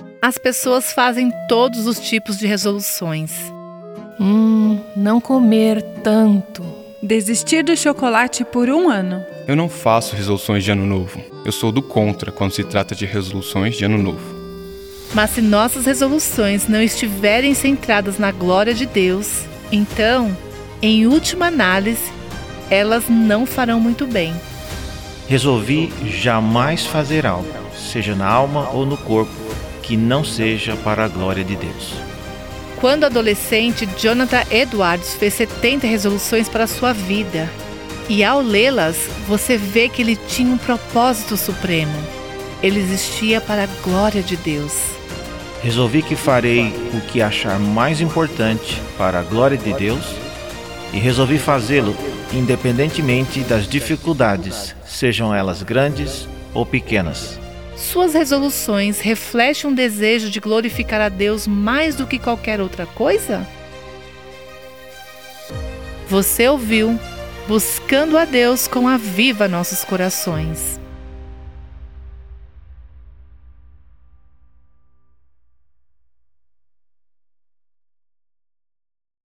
As pessoas fazem todos os tipos de resoluções. Não comer tanto. Desistir do chocolate por 1 ano. Eu não faço resoluções de ano novo. Eu sou do contra quando se trata de resoluções de ano novo. Mas se nossas resoluções não estiverem centradas na glória de Deus, então, em última análise, elas não farão muito bem. Resolvi jamais fazer algo, seja na alma ou no corpo, que não seja para a glória de Deus. Quando adolescente, Jonathan Edwards fez 70 resoluções para a sua vida. E ao lê-las, você vê que ele tinha um propósito supremo. Ele existia para a glória de Deus. Resolvi que farei o que achar mais importante para a glória de Deus e resolvi fazê-lo independentemente das dificuldades, sejam elas grandes ou pequenas. Suas resoluções refletem um desejo de glorificar a Deus mais do que qualquer outra coisa? Você ouviu Buscando a Deus com Aviva Nossos Corações.